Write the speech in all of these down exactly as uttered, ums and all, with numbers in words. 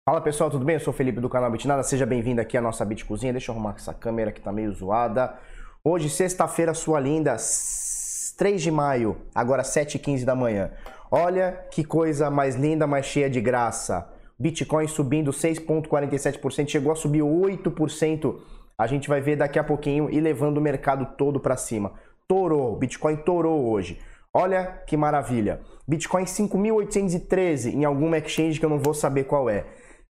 Fala pessoal, tudo bem? Eu sou o Felipe do canal Bitnada, seja bem-vindo aqui à nossa Bit Cozinha. Deixa eu arrumar essa câmera que tá meio zoada. Hoje, sexta-feira, sua linda, três de maio, agora sete e quinze da manhã. Olha que coisa mais linda, mais cheia de graça. Bitcoin subindo seis vírgula quarenta e sete por cento, chegou a subir oito por cento. A gente vai ver daqui a pouquinho e levando o mercado todo para cima. Torou, Bitcoin torou hoje. Olha que maravilha. Bitcoin cinco mil oitocentos e treze em alguma exchange que eu não vou saber qual é.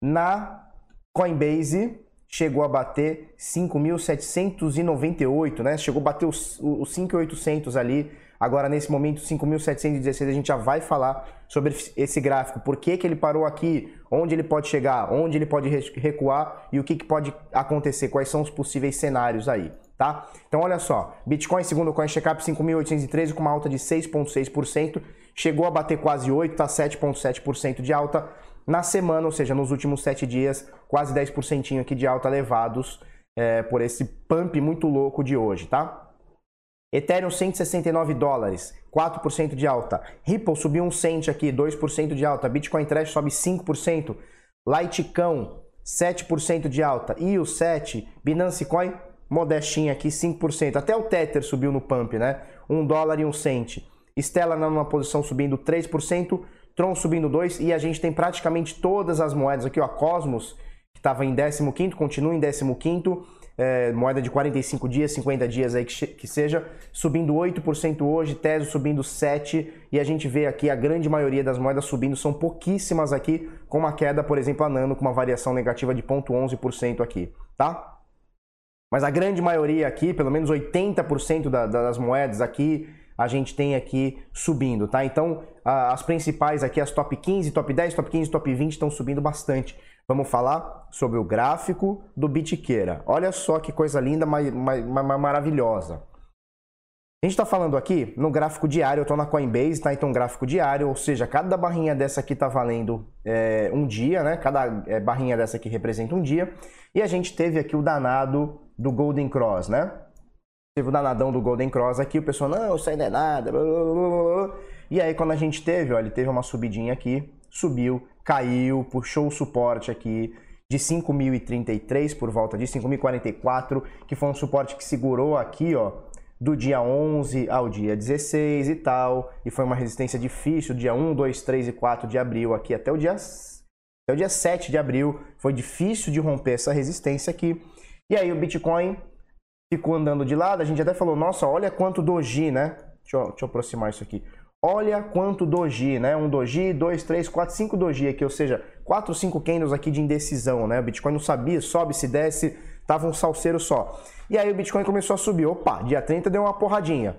Na Coinbase chegou a bater cinco mil setecentos e noventa e oito, né? Chegou a bater os, os cinco mil e oitocentos ali. Agora, nesse momento, cinco mil setecentos e dezesseis, a gente já vai falar sobre esse gráfico. Por que que ele parou aqui? Onde ele pode chegar? Onde ele pode recuar? E o que que pode acontecer? Quais são os possíveis cenários aí, tá? Então, olha só. Bitcoin, segundo o CoinCheckup, cinco mil oitocentos e treze com uma alta de seis vírgula seis por cento. Chegou a bater quase oito por cento, tá sete vírgula sete por cento de alta na semana, ou seja, nos últimos sete dias, quase dez por cento aqui de alta levados é, por esse pump muito louco de hoje, tá? Ethereum cento e sessenta e nove dólares, quatro por cento de alta. Ripple subiu um cent aqui, dois por cento de alta. Bitcoin Trash sobe cinco por cento. Litecoin, sete por cento de alta. E o sete, Binance Coin, modestinha aqui, cinco por cento. Até o Tether subiu no pump, né? um dólar e um cent. Stellar numa posição subindo três por cento. Tron subindo dois por cento. E a gente tem praticamente todas as moedas aqui, ó. Cosmos, que estava em décimo quinto, continua em décimo quinto. É, moeda de quarenta e cinco dias, cinquenta dias aí que, que seja, subindo oito por cento hoje, Teso subindo sete por cento, e a gente vê aqui a grande maioria das moedas subindo, são pouquíssimas aqui, com uma queda, por exemplo, a Nano, com uma variação negativa de zero vírgula onze por cento aqui, tá? Mas a grande maioria aqui, pelo menos oitenta por cento da, das moedas aqui, a gente tem aqui subindo, tá? Então, as principais aqui, as top quinze, top dez, top quinze, top vinte estão subindo bastante. Vamos falar sobre o gráfico do Bitqueira. Olha só que coisa linda, mas, mas, mas maravilhosa. A gente está falando aqui no gráfico diário, eu estou na Coinbase, tá? Então, gráfico diário, ou seja, cada barrinha dessa aqui está valendo é, um dia, né? Cada é, barrinha dessa aqui representa um dia. E a gente teve aqui o danado do Golden Cross, né? Teve o danadão do Golden Cross aqui, o pessoal, não, isso aí não é nada, blá, blá, blá, blá. E aí quando a gente teve, ó, ele teve uma subidinha aqui, subiu, caiu, puxou o suporte aqui de cinco mil e trinta e três por volta de cinco mil e quarenta e quatro, que foi um suporte que segurou aqui, ó, do dia onze ao dia dezesseis e tal, e foi uma resistência difícil, dia um, dois, três e quatro de abril aqui até o dia, até o dia sete de abril, foi difícil de romper essa resistência aqui. E aí o Bitcoin ficou andando de lado, a gente até falou, nossa, olha quanto doji, né? Deixa eu, deixa eu aproximar isso aqui. Olha quanto doji, né? Um doji, dois, três, quatro, cinco doji aqui, ou seja, quatro, cinco candles aqui de indecisão, né? O Bitcoin não sabia, sobe, se desce, tava um salseiro só. E aí o Bitcoin começou a subir, opa, dia trinta deu uma porradinha.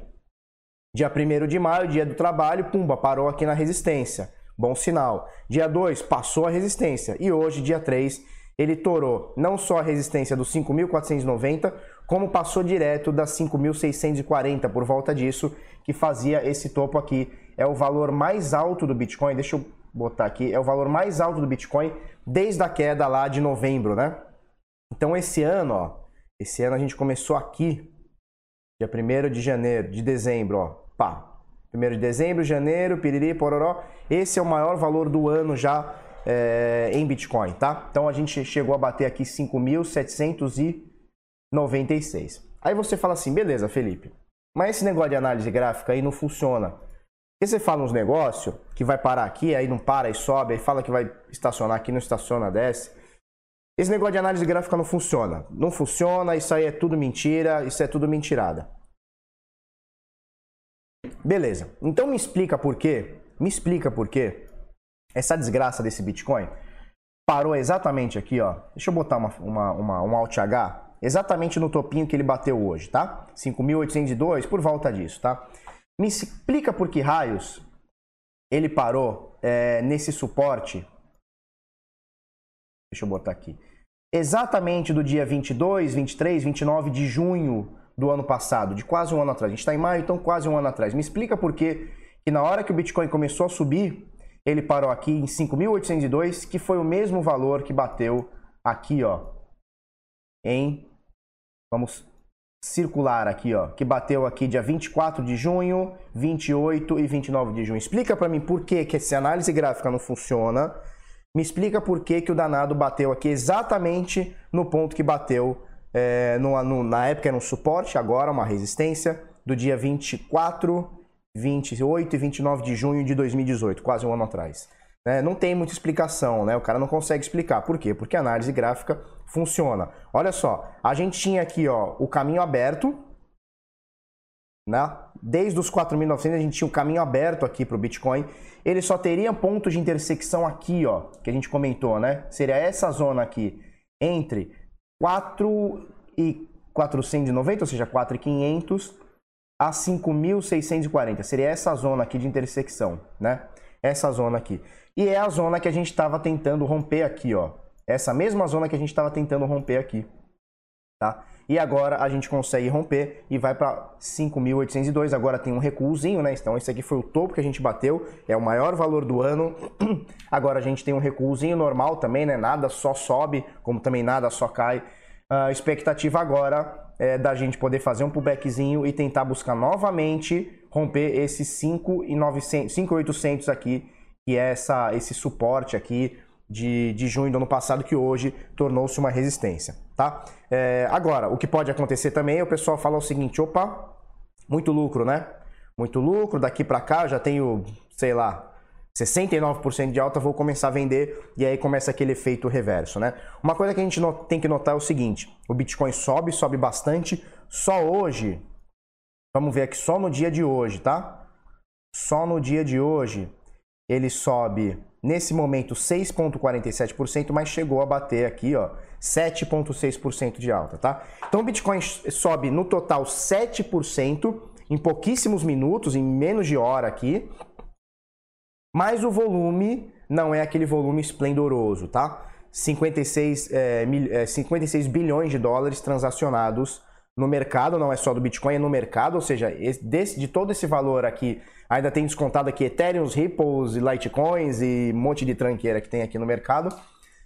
Dia primeiro de maio, dia do trabalho, pumba, parou aqui na resistência. Bom sinal. Dia dois, passou a resistência. E hoje, dia três, ele torou não só a resistência dos cinco mil quatrocentos e noventa, como passou direto das cinco mil seiscentos e quarenta por volta disso, que fazia esse topo aqui. É o valor mais alto do Bitcoin, deixa eu botar aqui, é o valor mais alto do Bitcoin desde a queda lá de novembro, né? Então esse ano, ó, esse ano a gente começou aqui, dia primeiro de janeiro, de dezembro, ó, pá. primeiro de dezembro, janeiro, piriri, pororó, esse é o maior valor do ano já é, em Bitcoin, tá? Então a gente chegou a bater aqui cinco mil setecentos e noventa e seis. Aí você fala assim, beleza, Felipe, mas esse negócio de análise gráfica aí não funciona. Porque você fala uns negócios que vai parar aqui, aí não para e sobe, aí fala que vai estacionar aqui, não estaciona, desce. Esse negócio de análise gráfica não funciona. Não funciona, isso aí é tudo mentira, isso é tudo mentirada. Beleza, então me explica por quê, me explica por quê essa desgraça desse Bitcoin parou exatamente aqui, ó. Deixa eu botar uma, uma, uma, um Alt H. Exatamente no topinho que ele bateu hoje, tá? cinco mil oitocentos e dois, por volta disso, tá? Me explica por que raios ele parou é, nesse suporte. Deixa eu botar aqui. Exatamente do dia vinte e dois, vinte e três, vinte e nove de junho do ano passado, de quase um ano atrás. A gente está em maio, então quase um ano atrás. Me explica por que que na hora que o Bitcoin começou a subir, ele parou aqui em cinco mil oitocentos e dois, que foi o mesmo valor que bateu aqui, ó, em... Vamos circular aqui, ó, que bateu aqui dia vinte e quatro de junho, vinte e oito e vinte e nove de junho. Explica para mim por que que essa análise gráfica não funciona Me explica por que, que o danado bateu aqui exatamente no ponto que bateu, é, no, no, na época era um suporte, agora uma resistência, do dia vinte e quatro, vinte e oito e vinte e nove de junho de dois mil e dezoito, quase um ano atrás. É, não tem muita explicação, né? O cara não consegue explicar. Por quê? Porque a análise gráfica funciona. Olha só, a gente tinha aqui ó, o caminho aberto, né? Desde os quatro mil e novecentos a gente tinha um caminho aberto aqui para o Bitcoin. Ele só teria pontos de intersecção aqui, ó, que a gente comentou, né? Seria essa zona aqui entre quatro mil quatrocentos e noventa, ou seja, quatro mil e quinhentos a cinco mil seiscentos e quarenta. Seria essa zona aqui de intersecção, né? Essa zona aqui. E é a zona que a gente estava tentando romper aqui, ó. Essa mesma zona que a gente estava tentando romper aqui, tá? E agora a gente consegue romper e vai para cinco mil oitocentos e dois. Agora tem um recuozinho, né? Então esse aqui foi o topo que a gente bateu, é o maior valor do ano. Agora a gente tem um recuozinho normal também, né? Nada só sobe, como também nada só cai. A expectativa agora é da gente poder fazer um pullbackzinho e tentar buscar novamente romper esses cinco mil e oitocentos aqui, que é essa, esse suporte aqui de, de junho do ano passado, que hoje tornou-se uma resistência, tá? É, agora, o que pode acontecer também é o pessoal falar o seguinte, opa, muito lucro, né? Muito lucro, daqui para cá eu já tenho, sei lá, sessenta e nove por cento de alta, vou começar a vender e aí começa aquele efeito reverso, né? Uma coisa que a gente tem que notar é o seguinte, o Bitcoin sobe, sobe bastante, só hoje, vamos ver aqui, só no dia de hoje, tá? Só no dia de hoje, ele sobe, nesse momento, seis vírgula quarenta e sete por cento, mas chegou a bater aqui, ó, sete vírgula seis por cento de alta, tá? Então o Bitcoin sobe no total sete por cento em pouquíssimos minutos, em menos de hora aqui, mas o volume não é aquele volume esplendoroso, tá? cinquenta e seis, é, mil, é, cinquenta e seis bilhões de dólares transacionados no mercado, não é só do Bitcoin, é no mercado, ou seja, desse, de todo esse valor aqui, ainda tem descontado aqui Ethereum, Ripples e Litecoins e um monte de tranqueira que tem aqui no mercado,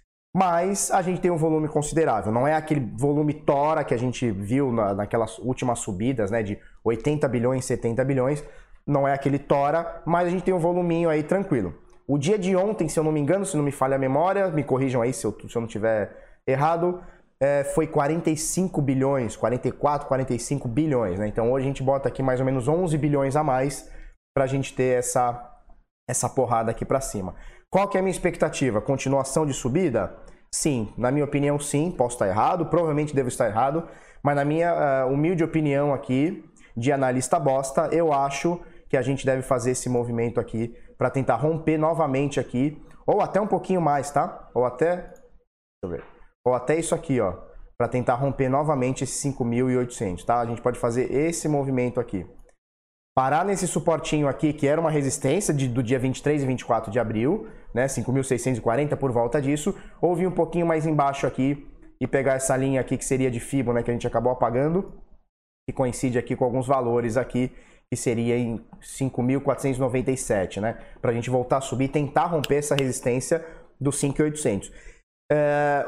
mas a gente tem um volume considerável, não é aquele volume tora que a gente viu na, naquelas últimas subidas, né, de oitenta bilhões, setenta bilhões, não é aquele tora, mas a gente tem um voluminho aí tranquilo. O dia de ontem, se eu não me engano, se não me falha a memória, me corrijam aí se eu, se eu não tiver errado, é, foi quarenta e cinco bilhões, quarenta e quatro, quarenta e cinco bilhões, né? Então hoje a gente bota aqui mais ou menos onze bilhões a mais para a gente ter essa, essa porrada aqui para cima. Qual que é a minha expectativa? Continuação de subida? Sim, na minha opinião sim, posso estar errado, provavelmente devo estar errado, mas na minha uh, humilde opinião aqui, de analista bosta, eu acho que a gente deve fazer esse movimento aqui para tentar romper novamente aqui, ou até um pouquinho mais, tá? Ou até, deixa eu ver, ou até isso aqui, ó, para tentar romper novamente esses cinco mil e oitocentos, tá? A gente pode fazer esse movimento aqui. Parar nesse suportinho aqui, que era uma resistência de, do dia vinte e três e vinte e quatro de abril, né? cinco mil seiscentos e quarenta por volta disso, ou vir um pouquinho mais embaixo aqui e pegar essa linha aqui que seria de Fibo, né? Que a gente acabou apagando, que coincide aqui com alguns valores aqui, que seria em cinco mil quatrocentos e noventa e sete, né? Para a gente voltar a subir e tentar romper essa resistência dos cinco mil e oitocentos. É...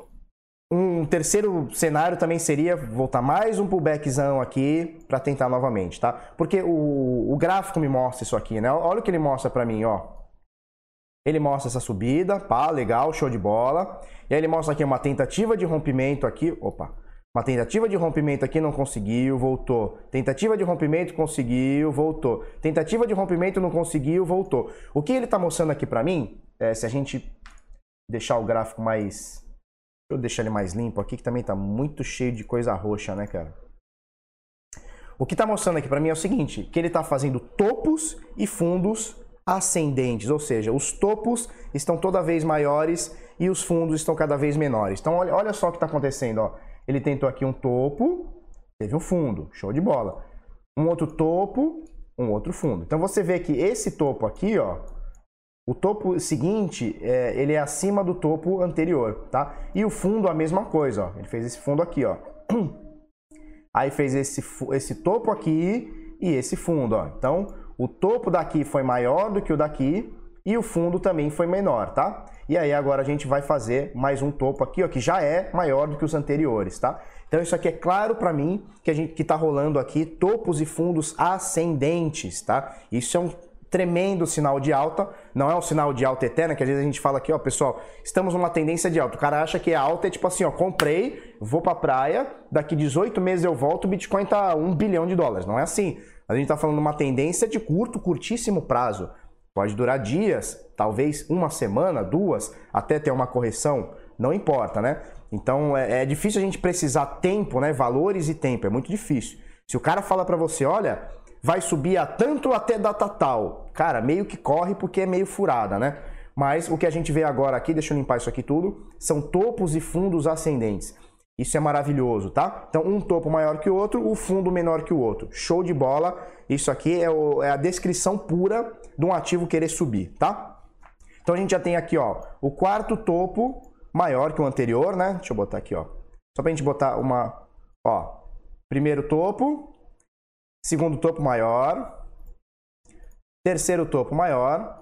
Um terceiro cenário também seria voltar mais um pullbackzão aqui para tentar novamente, tá? Porque o, o gráfico me mostra isso aqui, né? Olha o que ele mostra para mim, ó. Ele mostra essa subida, pá, legal, show de bola. E aí ele mostra aqui uma tentativa de rompimento aqui, opa. Uma tentativa de rompimento aqui, não conseguiu, voltou. Tentativa de rompimento, conseguiu, voltou. Tentativa de rompimento, não conseguiu, voltou. O que ele está mostrando aqui para mim, é, se a gente deixar o gráfico mais... Deixa eu deixar ele mais limpo aqui, que também está muito cheio de coisa roxa, né, cara? O que está mostrando aqui para mim é o seguinte, que ele está fazendo topos e fundos ascendentes, ou seja, os topos estão toda vez maiores e os fundos estão cada vez menores. Então, olha, olha só o que está acontecendo, ó. Ele tentou aqui um topo, teve um fundo, show de bola. Um outro topo, um outro fundo. Então você vê que esse topo aqui, ó, o topo seguinte, é, ele é acima do topo anterior, tá? E o fundo a mesma coisa, ó. Ele fez esse fundo aqui, ó. Aí fez esse, esse topo aqui e esse fundo, ó. Então, o topo daqui foi maior do que o daqui e o fundo também foi menor, tá? E aí agora a gente vai fazer mais um topo aqui, ó, que já é maior do que os anteriores, tá? Então isso aqui é claro para mim que a gente que tá rolando aqui topos e fundos ascendentes, tá? Isso é um tremendo sinal de alta, não é um sinal de alta eterna, que às vezes a gente fala aqui, ó, pessoal, estamos numa tendência de alta. O cara acha que a alta é tipo assim, ó, comprei, vou pra praia, daqui dezoito meses eu volto, o Bitcoin tá um bilhão de dólares. Não é assim. A gente tá falando de uma tendência de curto, curtíssimo prazo. Pode durar dias, talvez uma semana, duas, até ter uma correção, não importa, né? Então é, é difícil a gente precisar tempo, né? Valores e tempo, é muito difícil. Se o cara fala pra você, olha, vai subir a tanto até data tal, cara, meio que corre porque é meio furada, né? Mas o que a gente vê agora aqui, deixa eu limpar isso aqui tudo, são topos e fundos ascendentes. Isso é maravilhoso, tá? Então, um topo maior que o outro, o fundo menor que o outro. Show de bola. Isso aqui é, o, é a descrição pura de um ativo querer subir, tá? Então, a gente já tem aqui, ó, o quarto topo maior que o anterior, né? Deixa eu botar aqui, ó. Só pra gente botar uma, ó, primeiro topo, segundo topo maior, terceiro topo maior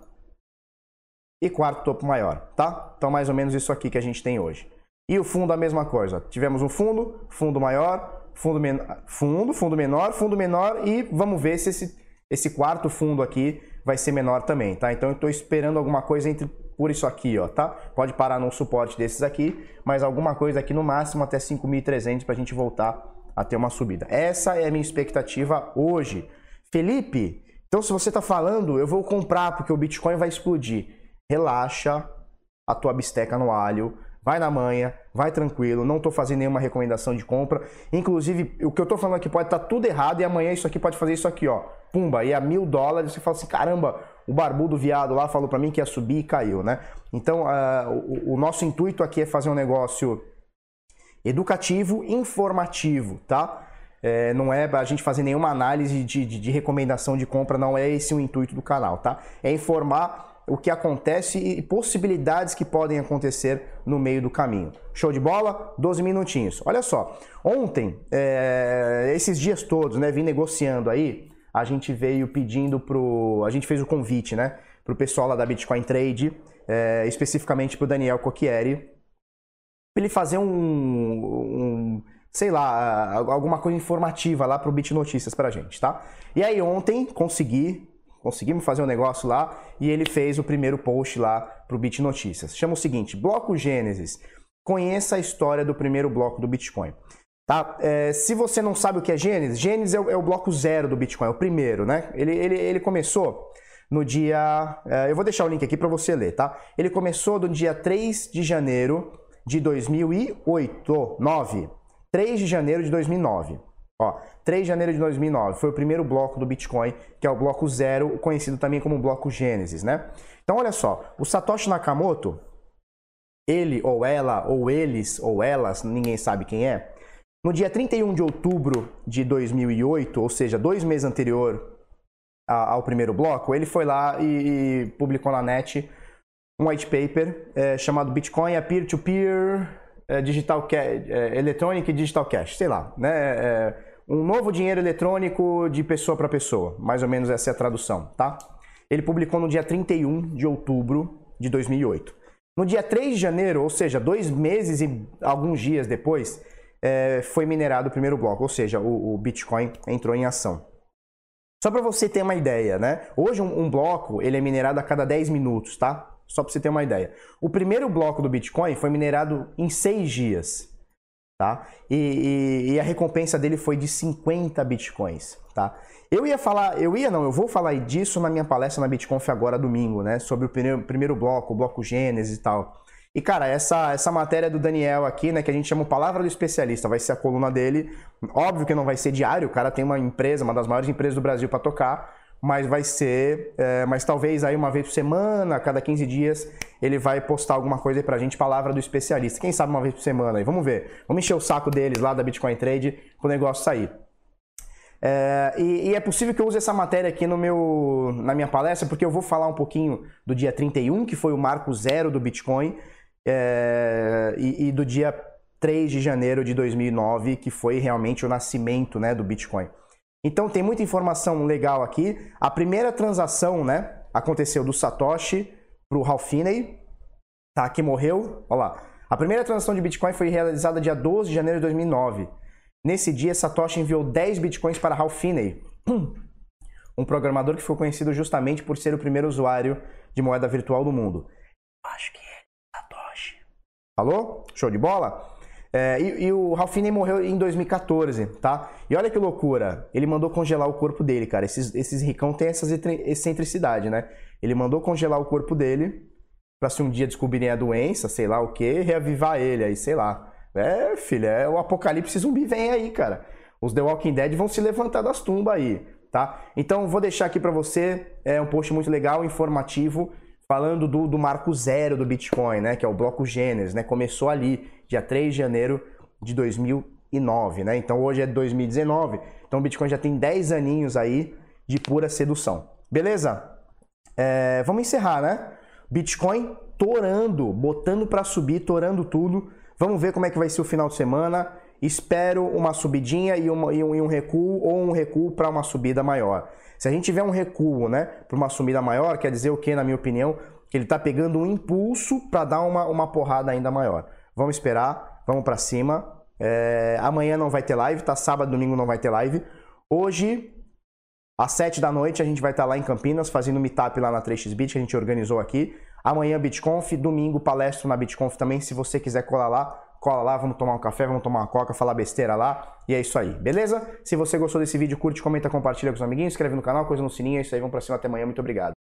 e quarto topo maior, tá? Então, mais ou menos isso aqui que a gente tem hoje. E o fundo a mesma coisa. Tivemos um fundo, fundo maior, fundo, men fundo, fundo menor, fundo menor e vamos ver se esse, esse quarto fundo aqui vai ser menor também, tá? Então eu estou esperando alguma coisa entre por isso aqui, ó, tá? Pode parar num suporte desses aqui, mas alguma coisa aqui no máximo até cinco mil e trezentos para a gente voltar a ter uma subida. Essa é a minha expectativa hoje. Felipe, então se você está falando, eu vou comprar porque o Bitcoin vai explodir. Relaxa a tua bisteca no alho. Vai na manha, vai tranquilo, não estou fazendo nenhuma recomendação de compra. Inclusive, o que eu estou falando aqui pode estar tudo errado e amanhã isso aqui pode fazer isso aqui, ó. Pumba, e a mil dólares você fala assim, caramba, o barbudo viado lá falou para mim que ia subir e caiu, né? Então, uh, o, o nosso intuito aqui é fazer um negócio educativo, informativo, tá? É, não é a gente fazer nenhuma análise de, de, de recomendação de compra, não é esse o intuito do canal, tá? É informar o que acontece e possibilidades que podem acontecer no meio do caminho. Show de bola? doze minutinhos. Olha só, ontem, é, esses dias todos, né, vim negociando aí, a gente veio pedindo pro... A gente fez o convite, né, pro pessoal lá da Bitcoin Trade, é, especificamente pro Daniel Cocchieri, pra ele fazer um, um, sei lá, alguma coisa informativa lá pro Bit Notícias pra gente, tá? E aí ontem consegui... Conseguimos fazer um negócio lá e ele fez o primeiro post lá para o Bit Notícias. Chama o seguinte, Bloco Gênesis. Conheça a história do primeiro bloco do Bitcoin. Tá? É, se você não sabe o que é Gênesis, Gênesis é o, é o bloco zero do Bitcoin, é o primeiro, né? Ele, ele, ele começou no dia... É, eu vou deixar o link aqui para você ler, tá? Ele começou no dia três de janeiro de dois mil e oito, nove. três de janeiro de dois mil e nove. Ó, três de janeiro de dois mil e nove foi o primeiro bloco do Bitcoin, que é o bloco zero, conhecido também como bloco Gênesis, né? Então, olha só, o Satoshi Nakamoto, ele ou ela, ou eles ou elas, ninguém sabe quem é, no dia trinta e um de outubro de dois mil e oito, ou seja, dois meses anterior ao primeiro bloco, ele foi lá e, e publicou na net um white paper é, chamado Bitcoin a Peer-to-Peer é, Digital Cash, é, Electronic Digital Cash, sei lá, né? É, um novo dinheiro eletrônico de pessoa para pessoa, mais ou menos essa é a tradução, tá? Ele publicou no dia trinta e um de outubro de dois mil e oito. No dia três de janeiro, ou seja, dois meses e alguns dias depois, é, foi minerado o primeiro bloco, ou seja, o, o Bitcoin entrou em ação. Só para você ter uma ideia, né? Hoje um, um bloco ele é minerado a cada dez minutos, tá? Só para você ter uma ideia. O primeiro bloco do Bitcoin foi minerado em seis dias. Tá? E, e, e a recompensa dele foi de cinquenta bitcoins, tá? Eu ia falar, eu ia não, eu vou falar disso na minha palestra na BitConf agora domingo, né? Sobre o primeiro, primeiro bloco, o bloco Gênesis e tal. E cara, essa, essa matéria do Daniel aqui, né, que a gente chama Palavra do Especialista, vai ser a coluna dele. Óbvio que não vai ser diário, o cara tem uma empresa, uma das maiores empresas do Brasil para tocar, mas vai ser, é, mas talvez aí uma vez por semana, a cada quinze dias, ele vai postar alguma coisa aí pra gente, Palavra do Especialista. Quem sabe uma vez por semana aí, vamos ver. Vamos encher o saco deles lá da Bitcoin Trade pro negócio sair. É, e, e é possível que eu use essa matéria aqui no meu, na minha palestra, porque eu vou falar um pouquinho do dia trinta e um, que foi o marco zero do Bitcoin, é, e, e do dia três de janeiro de dois mil e nove, que foi realmente o nascimento, né, do Bitcoin. Então tem muita informação legal aqui. A primeira transação, né, aconteceu do Satoshi para o Ralph Finney, tá, que morreu. Olha lá. A primeira transação de Bitcoin foi realizada dia doze de janeiro de dois mil e nove. Nesse dia, Satoshi enviou dez Bitcoins para Ralph Finney. um programador que ficou conhecido justamente por ser o primeiro usuário de moeda virtual do mundo. Acho que é Satoshi. Falou? Show de bola? É, e, e o Ralph Finney morreu em dois mil e quatorze, tá? E olha que loucura, ele mandou congelar o corpo dele, cara. Esses, esses ricão têm essa excentricidade, né? Ele mandou congelar o corpo dele pra se um dia descobrirem a doença, sei lá o que, reavivar ele aí, sei lá. É, filho, é o apocalipse zumbi vem aí, cara. Os The Walking Dead vão se levantar das tumbas aí, tá? Então vou deixar aqui pra você é, um post muito legal, informativo, falando do, do marco zero do Bitcoin, né? Que é o bloco Gênesis, né? Começou ali, dia três de janeiro de dois mil e nove, né? Então hoje é dois mil e dezenove, então o Bitcoin já tem dez aninhos aí de pura sedução. Beleza? É, vamos encerrar, né? Bitcoin torando, botando para subir, torando tudo. Vamos ver como é que vai ser o final de semana. Espero uma subidinha e, uma, e, um, e um recuo, ou um recuo para uma subida maior. Se a gente tiver um recuo, né, para uma subida maior, quer dizer o que, na minha opinião? Que ele está pegando um impulso para dar uma, uma porrada ainda maior. Vamos esperar, vamos para cima. É, amanhã não vai ter live, tá? Sábado, domingo não vai ter live. Hoje, às sete da noite, a gente vai estar lá em Campinas, fazendo meetup lá na três x bit, que a gente organizou aqui. Amanhã, BitConf, domingo, palestra na BitConf também. Se você quiser colar lá, cola lá, vamos tomar um café, vamos tomar uma coca, falar besteira lá. E é isso aí, beleza? Se você gostou desse vídeo, curte, comenta, compartilha com os amiguinhos, inscreve no canal, coisa no sininho. É isso aí, vamos pra cima, até amanhã. Muito obrigado.